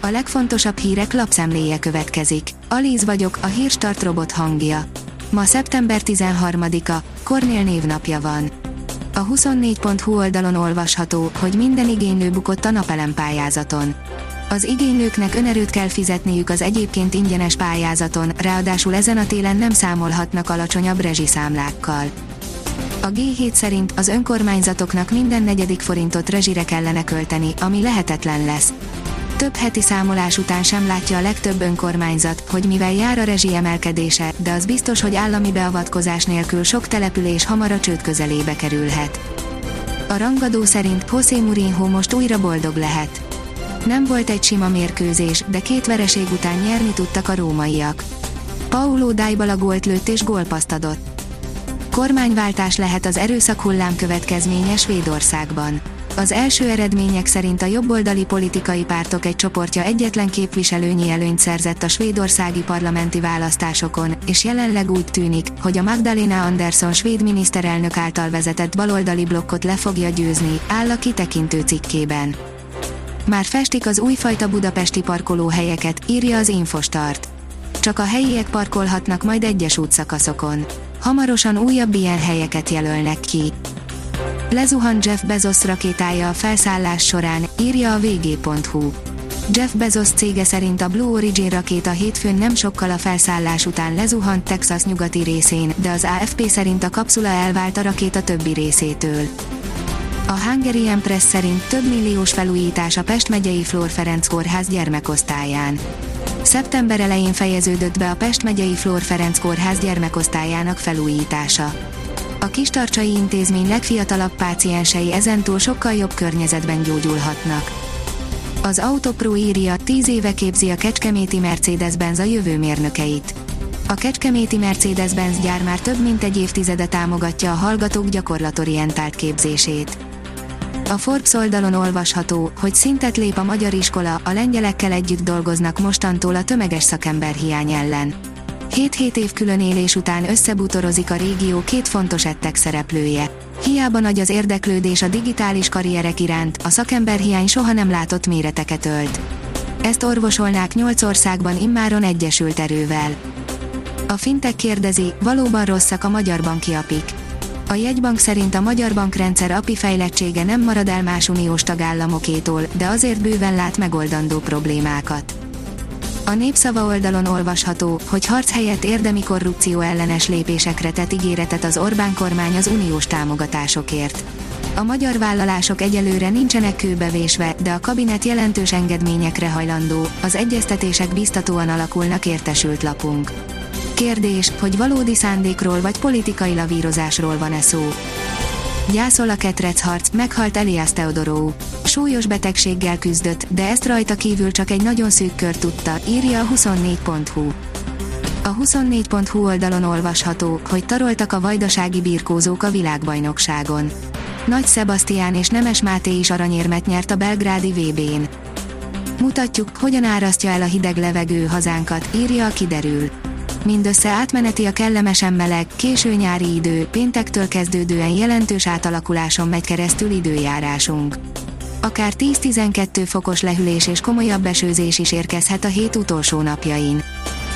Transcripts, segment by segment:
A legfontosabb hírek lapszemléje következik. Alíz vagyok, a Hírstart robot hangja. Ma szeptember 13-a, Kornél névnapja van. A 24.hu oldalon olvasható, hogy minden igénylő bukott a napelem pályázaton. Az igénylőknek önerőt kell fizetniük az egyébként ingyenes pályázaton, ráadásul ezen a télen nem számolhatnak alacsonyabb rezsiszámlákkal. A G7 szerint az önkormányzatoknak minden negyedik forintot rezsire kellene költeni, ami lehetetlen lesz. Több heti számolás után sem látja a legtöbb önkormányzat, hogy mivel jár a rezsi emelkedése, de az biztos, hogy állami beavatkozás nélkül sok település hamar a csőd közelébe kerülhet. A rangadó szerint José Mourinho most újra boldog lehet. Nem volt egy sima mérkőzés, de 2 vereség után nyerni tudtak a rómaiak. Paulo Dybala gólt lőtt és gólpasszt adott. Kormányváltás lehet az erőszakhullám következménye Svédországban. Az első eredmények szerint a jobboldali politikai pártok egy csoportja egyetlen képviselőnyi előnyt szerzett a svédországi parlamenti választásokon, és jelenleg úgy tűnik, hogy a Magdalena Andersson svéd miniszterelnök által vezetett baloldali blokkot le fogja győzni, áll a kitekintő cikkében. Már festik az újfajta budapesti parkolóhelyeket, írja az Infostart. Csak a helyiek parkolhatnak majd egyes útszakaszokon. Hamarosan újabb ilyen helyeket jelölnek ki. Lezuhant Jeff Bezos rakétája a felszállás során, írja a vg.hu. Jeff Bezos cége szerint a Blue Origin rakéta hétfőn nem sokkal a felszállás után lezuhant Texas nyugati részén, de az AFP szerint a kapszula elvált a rakéta többi részétől. A Hungarian Press szerint több milliós felújítás a Pest megyei Flór Ferenc kórház gyermekosztályán. Szeptember elején fejeződött be a Pest megyei Flór Ferenc kórház gyermekosztályának felújítása. A Kistarcsai Intézmény legfiatalabb páciensei ezentúl sokkal jobb környezetben gyógyulhatnak. Az Autopro írja, 10 éve képzi a kecskeméti Mercedes-Benz a jövő mérnökeit. A kecskeméti Mercedes-Benz gyár már több mint egy évtizede támogatja a hallgatók gyakorlatorientált képzését. A Forbes oldalon olvasható, hogy szintet lép a magyar iskola, a lengyelekkel együtt dolgoznak mostantól a tömeges szakemberhiány ellen. 7 év különélés után összebútorozik a régió 2 fontos edtech szereplője. Hiába nagy az érdeklődés a digitális karrierek iránt, a szakemberhiány soha nem látott méreteket ölt. Ezt orvosolnák 8 országban immáron egyesült erővel. A Fintech kérdezi, valóban rosszak a magyar banki API-k. A jegybank szerint a magyar bankrendszer API fejlettsége nem marad el más uniós tagállamokétól, de azért bőven lát megoldandó problémákat. A Népszava oldalon olvasható, hogy harc helyett érdemi korrupció ellenes lépésekre tett ígéretet az Orbán kormány az uniós támogatásokért. A magyar vállalások egyelőre nincsenek kőbevésve, de a kabinet jelentős engedményekre hajlandó, az egyeztetések biztatóan alakulnak, értesült lapunk. Kérdés, hogy valódi szándékról vagy politikai lavírozásról van-e szó. Gyászol a ketrecharc, meghalt Elias Theodorou. Súlyos betegséggel küzdött, de ezt rajta kívül csak egy nagyon szűk kör tudta, írja a 24.hu. A 24.hu oldalon olvasható, hogy taroltak a vajdasági birkózók a világbajnokságon. Nagy Sebastián és Nemes Máté is aranyérmet nyert a belgrádi VB-n. Mutatjuk, hogyan árasztja el a hideg levegő hazánkat, írja a Kiderül. Mindössze átmeneti a kellemesen meleg, késő nyári idő, péntektől kezdődően jelentős átalakuláson megy keresztül időjárásunk. Akár 10-12 fokos lehűlés és komolyabb esőzés is érkezhet a hét utolsó napjain.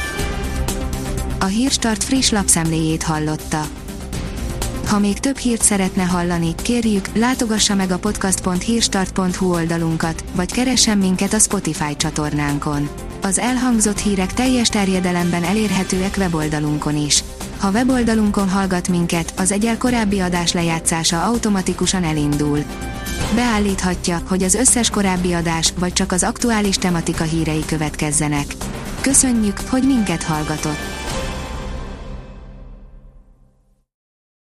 A Hírstart friss lapszemléjét hallotta. Ha még több hírt szeretne hallani, kérjük, látogassa meg a podcast.hírstart.hu oldalunkat, vagy keressen minket a Spotify csatornánkon. Az elhangzott hírek teljes terjedelemben elérhetőek weboldalunkon is. Ha weboldalunkon hallgat minket, az egyel korábbi adás lejátszása automatikusan elindul. Beállíthatja, hogy az összes korábbi adás, vagy csak az aktuális tematika hírei következzenek. Köszönjük, hogy minket hallgatott!